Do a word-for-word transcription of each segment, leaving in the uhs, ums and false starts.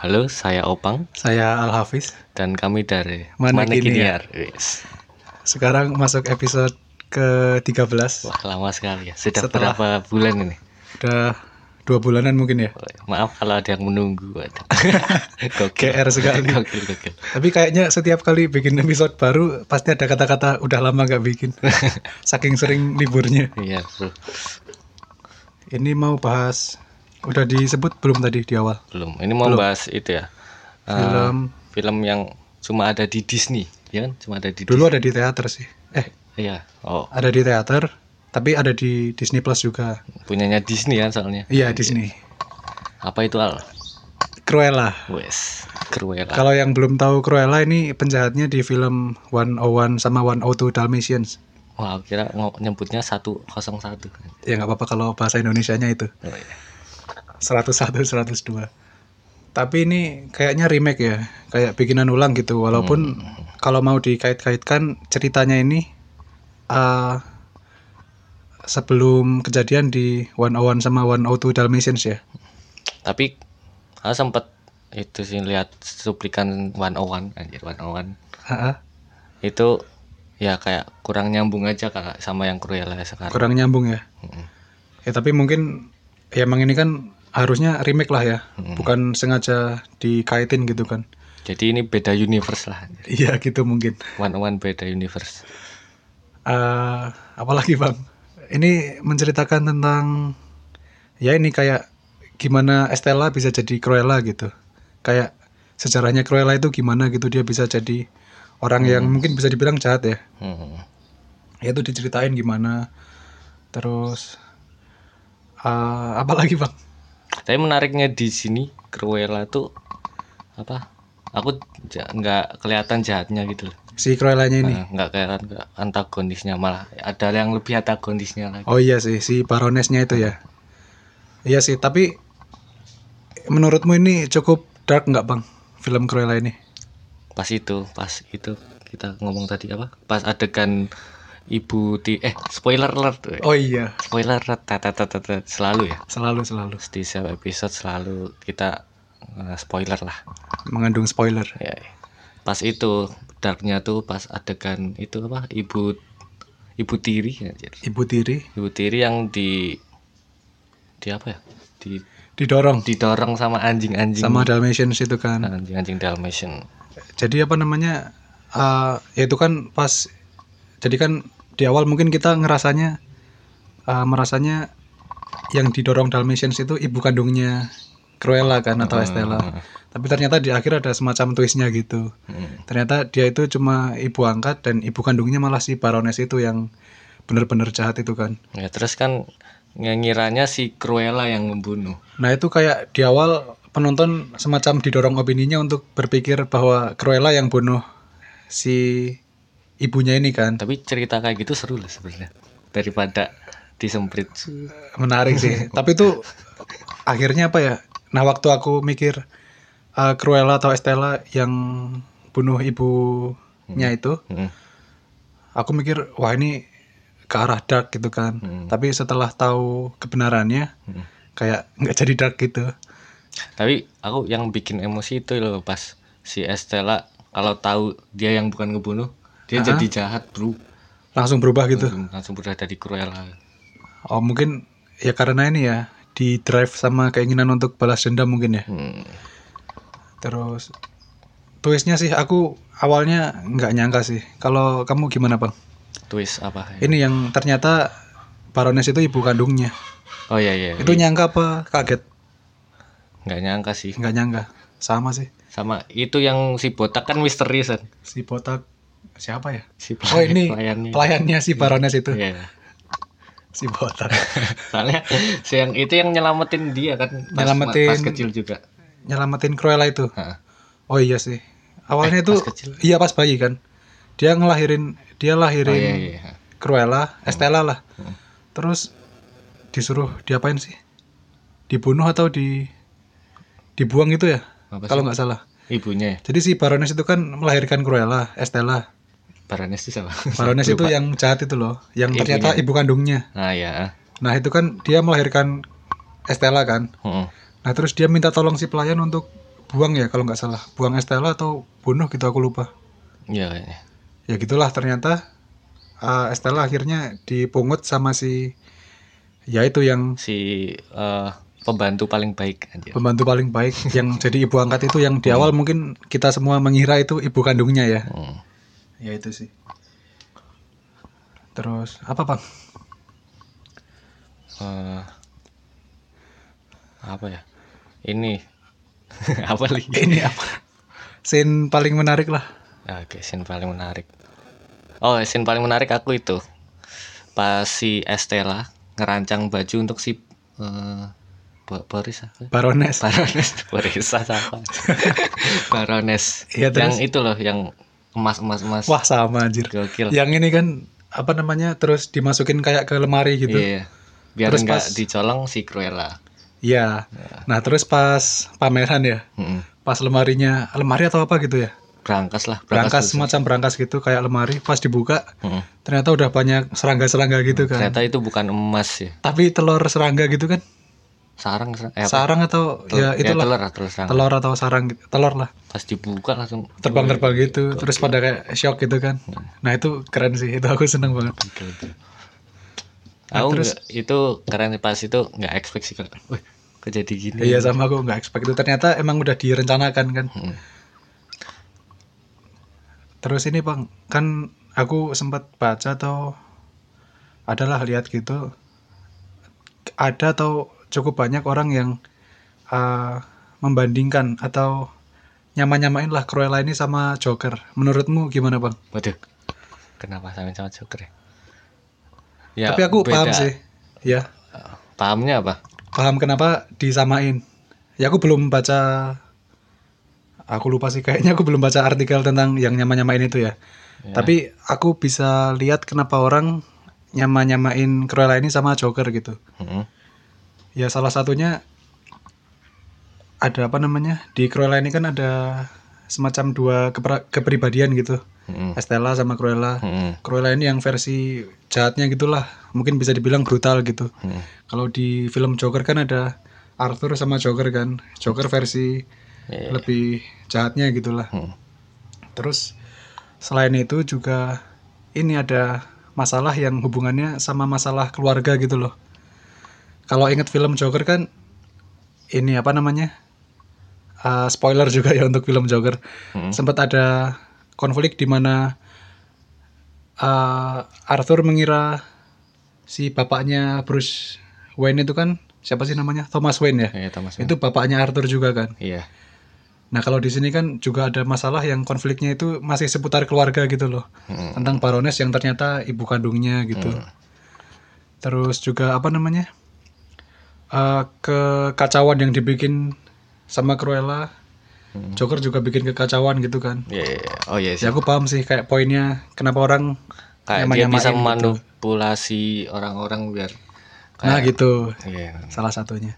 Halo, saya Opang Saya Al-Hafiz dan kami dari Manekiniar. Yes. Sekarang masuk episode ke tiga belas. Wah, lama sekali ya. Sudah Setelah- berapa bulan ini? Udah dua bulanan mungkin ya. Maaf kalau ada yang menunggu. Waduh. Gokil. G R sekali. Gokil, gokil. Tapi kayaknya setiap kali bikin episode baru pasti ada kata-kata udah lama gak bikin. Saking sering liburnya. Iya, bro. Ini mau bahas, udah disebut belum tadi di awal? Belum. Ini mau Belum. bahas itu ya. eh, Film. film yang cuma ada di Disney, ya kan? Cuma ada di Dulu ada di teater sih. Eh, Disney. Iya. Oh, ada di teater, tapi ada di Disney Plus juga. punyanya Disney kan soalnya. Iya, Disney. Apa itu, Al? Cruella. Wes, Cruella. Kalau yang belum tahu Cruella ini penjahatnya di film seratus satu sama seratus dua Dalmatians. Wah, aku kira ngo- nyebutnya seratus satu. Ya nggak apa-apa kalau bahasa Indonesianya itu. Oh, iya. seratus satu, seratus dua. Tapi ini kayaknya remake ya. Kayak bikinan ulang gitu. Walaupun Hmm. kalau mau dikait-kaitkan ceritanya ini uh, sebelum kejadian di seratus satu sama seratus dua Dalmatians ya. Tapi aku sempet itu sih lihat cuplikan seratus satu anjir seratus satu. Ha-ha. Itu ya kayak kurang nyambung aja kakak sama yang Cruella sekarang. Kurang nyambung ya. Mm-mm. Ya tapi mungkin ya emang ini kan harusnya remake lah ya. Mm-mm. Bukan sengaja dikaitin gitu kan. Jadi ini beda universe lah. Iya gitu mungkin. seratus satu beda universe. Uh, apalagi bang, ini menceritakan tentang ya ini kayak gimana Estella bisa jadi Cruella gitu, kayak sejarahnya Cruella itu gimana gitu, dia bisa jadi orang yang mungkin bisa dibilang jahat ya, Hmm. ya itu diceritain gimana. Terus uh, apalagi bang? Tapi menariknya di sini Cruella tuh apa? Aku ja- nggak kelihatan jahatnya gitu loh. Si Cruellanya ini. Nah, nggak kelihatan nggak antagonisnya, malah ada yang lebih antagonisnya lagi. Oh iya sih, si Baronessnya itu ya. Iya sih, tapi menurutmu ini cukup dark nggak bang, film Cruella ini? Pas itu pas itu kita ngomong tadi apa, pas adegan ibu ti eh spoiler alert. Oh iya, Spoiler alert tata, tata, tata, selalu ya selalu selalu di setiap episode selalu kita uh, spoiler lah mengandung spoiler. ya. Pas itu darknya tuh pas adegan itu apa, ibu ibu tiri anjir. Ibu tiri Ibu tiri yang di di apa ya, di didorong didorong sama anjing-anjing sama Dalmatians itu kan. anjing-anjing Dalmatian. Jadi apa namanya? Uh, ya itu kan pas. Jadi kan di awal mungkin kita ngerasanya uh, merasanya yang didorong Dalmatians itu ibu kandungnya Cruella kan atau Estella. Tapi ternyata di akhir ada semacam twistnya gitu. Hmm. Ternyata dia itu cuma ibu angkat dan ibu kandungnya malah si Baroness itu yang benar-benar jahat itu kan. Ya terus kan ngiranya si Cruella yang membunuh. Nah itu kayak di awal penonton semacam didorong opininya untuk berpikir bahwa Cruella yang bunuh si ibunya ini kan. Tapi cerita kayak gitu seru lah sebenarnya daripada disemprit. Menarik sih. Tapi itu akhirnya apa ya? Nah waktu aku mikir uh, Cruella atau Estella yang bunuh ibunya itu, Hmm. aku mikir wah ini ke arah dark gitu kan. Hmm. Tapi setelah tahu kebenarannya, Hmm. kayak nggak jadi dark gitu. Tapi aku yang bikin emosi itu loh pas si Estella kalau tahu dia yang bukan ngebunuh, dia Aha. jadi jahat bro. Langsung berubah gitu. Langsung berada dari Cruella. Oh mungkin ya karena ini ya di drive sama keinginan untuk balas dendam mungkin ya. Hmm. Terus twistnya sih aku awalnya nggak nyangka sih. Kalau kamu gimana bang? Twist apa? Ini yang ternyata Baroness itu ibu kandungnya. Oh iya iya. Itu nyangka apa kaget? Nggak nyangka sih. Nggak nyangka. Sama sih. Sama itu yang si botak kan misterius kan. Si botak siapa ya? Si Oh ini pelayannya. pelayannya si Baroness itu. Iya. Si botak. Soalnya si yang itu yang nyelamatin dia kan. Pas, Nyelamatin- pas kecil juga. Nyelamatin Cruella itu. Ha. Oh iya sih. Awalnya Eh, itu pas kecil. iya pas bayi kan. Dia ngelahirin dia Oh lahirin iya iya. Cruella, Estella lah. Hmm. Terus disuruh diapain sih? Dibunuh atau di dibuang itu ya? Apa Kalau sih? nggak salah. Ibunya ya? Jadi si Baroness itu kan melahirkan Cruella, Estella. Baroness itu siapa? Baroness itu Lupa. yang jahat itu loh, yang Ibunya. ternyata ibu kandungnya. Nah ya. Nah itu kan dia melahirkan Estella kan. Heeh. Nah terus dia minta tolong si pelayan untuk buang ya kalau nggak salah, buang Estella atau bunuh gitu aku lupa. Iya kayaknya. Ya gitulah ternyata uh, Estella akhirnya dipungut sama si ya itu yang Si eh, pembantu paling baik anjir. pembantu paling baik yang jadi ibu angkat itu, yang di awal mungkin kita semua mengira itu ibu kandungnya ya. Hmm. Ya itu sih. Terus apa Bang? Eh, apa ya? Ini apa lagi? Ini apa? Scene paling menarik lah. Oke, scene paling menarik. Oh, scene paling menarik aku itu pas si Estella ngerancang baju untuk si eh, Bo- Boris apa? Barones. Barones, Boris apa? Barones. Iya, terus? Yang itu loh, yang emas-emas-emas. Wah sama anjir. Gokil. Yang ini kan apa namanya, terus dimasukin kayak ke lemari gitu. Iya. Biar Terus nggak pas- dicolong si Cruella. Iya. Nah terus pas pameran ya, Mm-mm. pas lemarinya, lemari atau apa gitu ya, Berangkas lah, berangkas dulu. semacam berangkas gitu kayak lemari, pas dibuka Mm-mm. ternyata udah banyak serangga-serangga gitu kan. Ternyata itu bukan emas ya. Tapi telur serangga gitu kan, Sarang, sarang. Eh, apa? sarang atau Tel- ya itulah, telur, lah, telur sarang. telur atau sarang gitu. Telur lah, Pas dibuka langsung terbang-terbang gitu, terus pada kayak shock gitu kan. Nah itu keren sih, itu aku seneng banget. Gokil, gokil. Nah, Aku terus- nggak- itu keren pas itu nggak expect sih kan. Wih, kok jadi gini? Iya sama aku nggak expect itu, ternyata emang udah direncanakan kan. Mm. Terus ini Bang, kan aku sempat baca atau adalah lihat gitu, ada atau cukup banyak orang yang uh, membandingkan atau nyama-nyamain lah Cruella ini sama Joker. Menurutmu gimana Bang? Waduh, kenapa samain sama Joker ya? Ya, Tapi aku beda. paham sih, ya Pahamnya apa? paham kenapa disamain. Ya aku belum baca, aku lupa sih, kayaknya aku belum baca artikel tentang yang nyama-nyamain itu ya. Ya. Tapi aku bisa lihat kenapa orang nyama-nyamain Cruella ini sama Joker gitu. Mm-mm. Ya salah satunya ada apa namanya, di Cruella ini kan ada semacam dua kepera- kepribadian gitu, Mm-mm. Estella sama Cruella. Mm-mm. Cruella ini yang versi jahatnya gitulah, mungkin bisa dibilang brutal gitu. Mm-mm. Kalau di film Joker kan ada Arthur sama Joker kan, Joker versi Iya. lebih jahatnya gitulah. Mm. Terus selain itu juga ini ada masalah yang hubungannya sama masalah keluarga gitu loh. Kalau inget film Joker kan ini apa namanya, Uh, spoiler juga ya untuk film Joker. Mm. Sempat ada konflik di mana uh, Arthur mengira si bapaknya Bruce Wayne itu kan siapa sih namanya, Thomas Wayne ya. Iya, Thomas. Itu bapaknya Arthur juga kan. Iya. Nah kalau di sini kan juga ada masalah yang konfliknya itu masih seputar keluarga gitu loh. Mm. Tentang Baroness yang ternyata ibu kandungnya gitu. Terus juga apa namanya, uh, kekacauan yang dibikin sama Cruella. Joker juga bikin kekacauan gitu kan. Iya, iya, iya. Oh iya sih. Ya aku paham sih kayak poinnya kenapa orang Kayak dia nyama-nyamain bisa gitu. memanipulasi orang-orang biar Nah kayak- gitu Iya. salah satunya.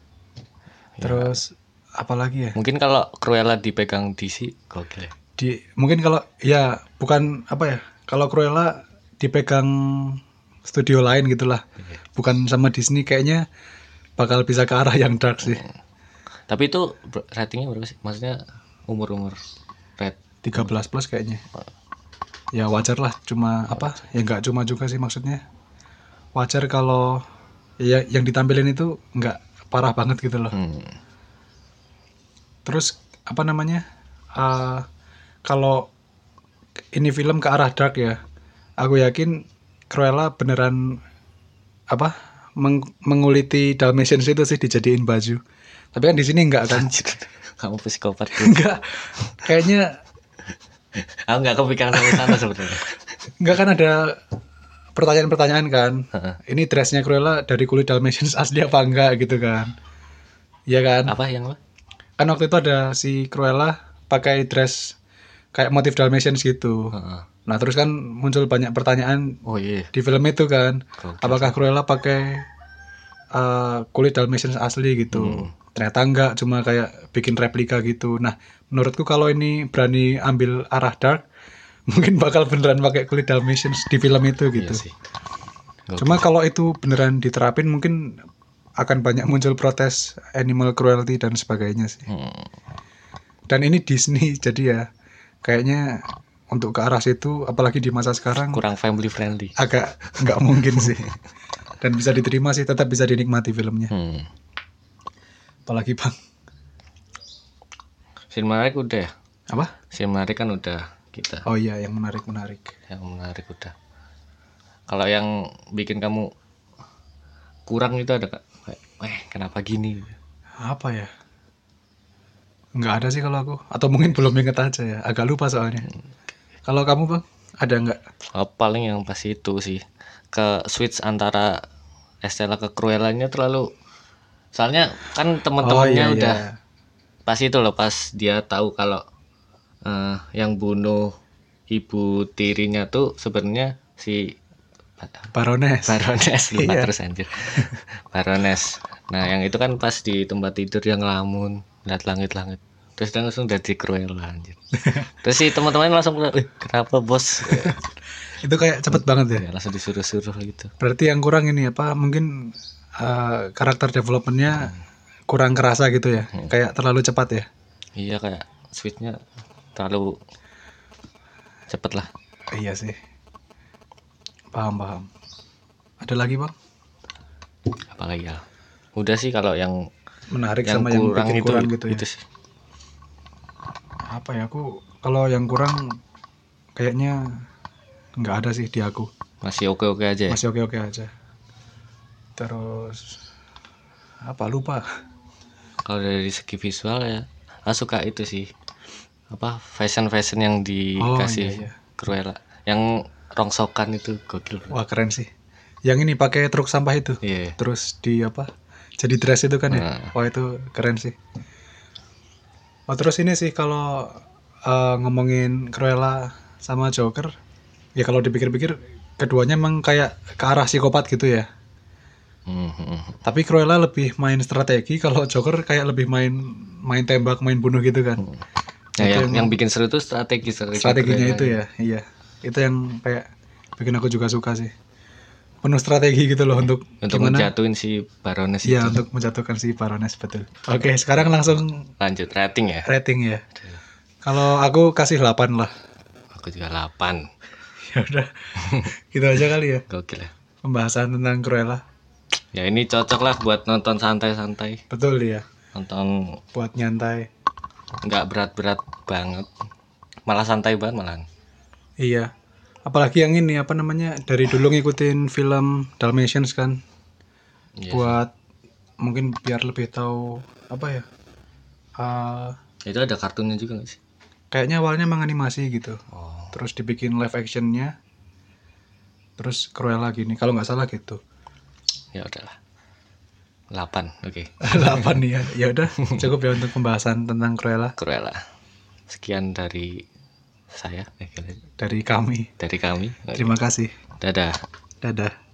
Terus apalagi ya? Mungkin kalau Cruella dipegang D C, gokil ya. Di mungkin kalau ya bukan apa ya? Kalau Cruella dipegang studio lain gitulah. Iya. Bukan sama Disney, kayaknya bakal bisa ke arah yang dark sih. Tapi itu ber- ratingnya berapa sih? Maksudnya umur-umur red. tiga belas plus kayaknya. Ya wajar lah, cuma apa? Ya nggak cuma juga sih maksudnya. Wajar kalau ya yang ditampilin itu nggak parah banget gitu loh. Hmm. Terus apa namanya? Uh, kalau ini film ke arah dark ya, aku yakin Cruella beneran apa? Meng- menguliti Dalmatians itu sih dijadiin baju. Tapi kan di sini enggak kan? Anjir, kamu psikopat. Enggak. Kayaknya Aku nggak kepikiran sampai sana sebenarnya. enggak kan, ada pertanyaan-pertanyaan kan. Heeh. Ini dressnya Cruella dari kulit Dalmatians asli apa enggak gitu kan? Iya kan? Apa yang apa? Kan waktu itu ada si Cruella pakai dress kayak motif Dalmatians gitu. Heeh. Nah terus kan muncul banyak pertanyaan Oh iya. di film itu kan, Gokil. apakah Cruella pakai uh, kulit Dalmatians asli gitu. Hmm. Ternyata enggak, cuma kayak bikin replika gitu. Nah menurutku kalau ini berani ambil arah dark, mungkin bakal beneran pakai kulit Dalmatians di film itu gitu. Iya sih. Gokil. Cuma kalau itu beneran diterapin mungkin akan banyak muncul protes animal cruelty dan sebagainya sih. Hmm. dan ini Disney, jadi ya kayaknya untuk ke arah situ, apalagi di masa sekarang kurang family friendly. agak nggak mungkin sih. Dan bisa diterima sih, tetap bisa dinikmati filmnya. Hmm. Apalagi bang, Scene menarik udah ya. apa? Scene menarik kan udah kita. Oh iya, yang menarik menarik. Yang menarik udah. Kalau yang bikin kamu kurang itu ada kak? Kayak, eh kenapa gini? Apa ya? Nggak ada sih kalau aku. Atau mungkin belum inget aja ya. Agak lupa soalnya. Kalau kamu bang, ada nggak? Oh, paling yang pas itu sih ke switch antara Estella ke Cruella-nya terlalu. Soalnya kan teman-temannya Oh, iya, udah iya. pas itu loh, pas dia tahu kalau eh, yang bunuh ibu tirinya tuh sebenarnya si Baroness. Baroness. Lupa Iya. terus anjir. Baroness. Nah yang itu kan pas di tempat tidur yang ngelamun lihat langit-langit, terus dia langsung jadi Cruella anjir. Terus si teman-teman langsung bilang, eh, kenapa bos? Itu kayak cepet banget ya. Ya, langsung disuruh-suruh gitu. Berarti yang kurang ini apa? Mungkin eh, karakter developmentnya kurang kerasa gitu ya. Kayak terlalu cepat ya. Iya kayak switchnya terlalu cepet lah. Iya sih. Paham paham. Ada lagi bang? Apalagi ya. Udah sih kalau yang Menarik yang sama yang kurang bikin itu kurang gitu ya. itu sih. Apa ya, aku kalau yang kurang kayaknya nggak ada sih di aku. Masih oke-oke aja ya. Masih oke-oke aja. Terus apa lupa. Kalau dari segi visual ya, aku suka itu sih. Apa fashion-fashion yang dikasih Oh, iya, iya. Cruella. Yang rongsokan itu gokil. Wah keren sih. Yang ini pakai truk sampah itu. Iya. Terus di apa? Jadi dress itu kan ya. Nah. Wah itu keren sih. Oh terus ini sih kalau eh, ngomongin Cruella sama Joker, ya kalau dipikir-pikir keduanya emang kayak ke arah psikopat gitu ya. Hmm, hmm, hmm. Tapi Cruella lebih main strategi, kalau Joker kayak lebih main main tembak, main bunuh gitu kan. Nah, Itu yang, emang yang bikin seru tuh strategi, strategi strateginya Cruella itu ya, iya. Itu yang kayak bikin aku juga suka sih. Penuh strategi gitu loh untuk untuk gimana? menjatuhin si Baroness Iya, itu. untuk menjatuhkan si Baroness, betul. Oke, sekarang langsung Lanjut rating ya. rating ya. Kalau aku kasih delapan lah. Aku juga delapan. Ya udah. Gitu aja kali ya Gokil ya. pembahasan tentang Cruella. Ya ini cocok lah buat nonton santai-santai. Betul ya. Nonton Buat nyantai. nggak berat-berat banget. Malah santai banget malahan. Iya. Apalagi yang ini apa namanya? Dari dulu ngikutin film Dalmatians kan. Iya sih. Buat mungkin biar lebih tahu apa ya? eh, Itu ada kartunnya juga nggak sih? kayaknya awalnya emang animasi gitu. Oh. Terus dibikin live actionnya. Terus Cruella gini. Kalau nggak salah gitu. Ya udahlah. delapan. Oke. delapan nih ya. Ya udah, cukup ya untuk pembahasan tentang Cruella Cruella. Sekian dari saya. Eh, dari kami. dari kami. Terima kasih. Dadah. Dadah.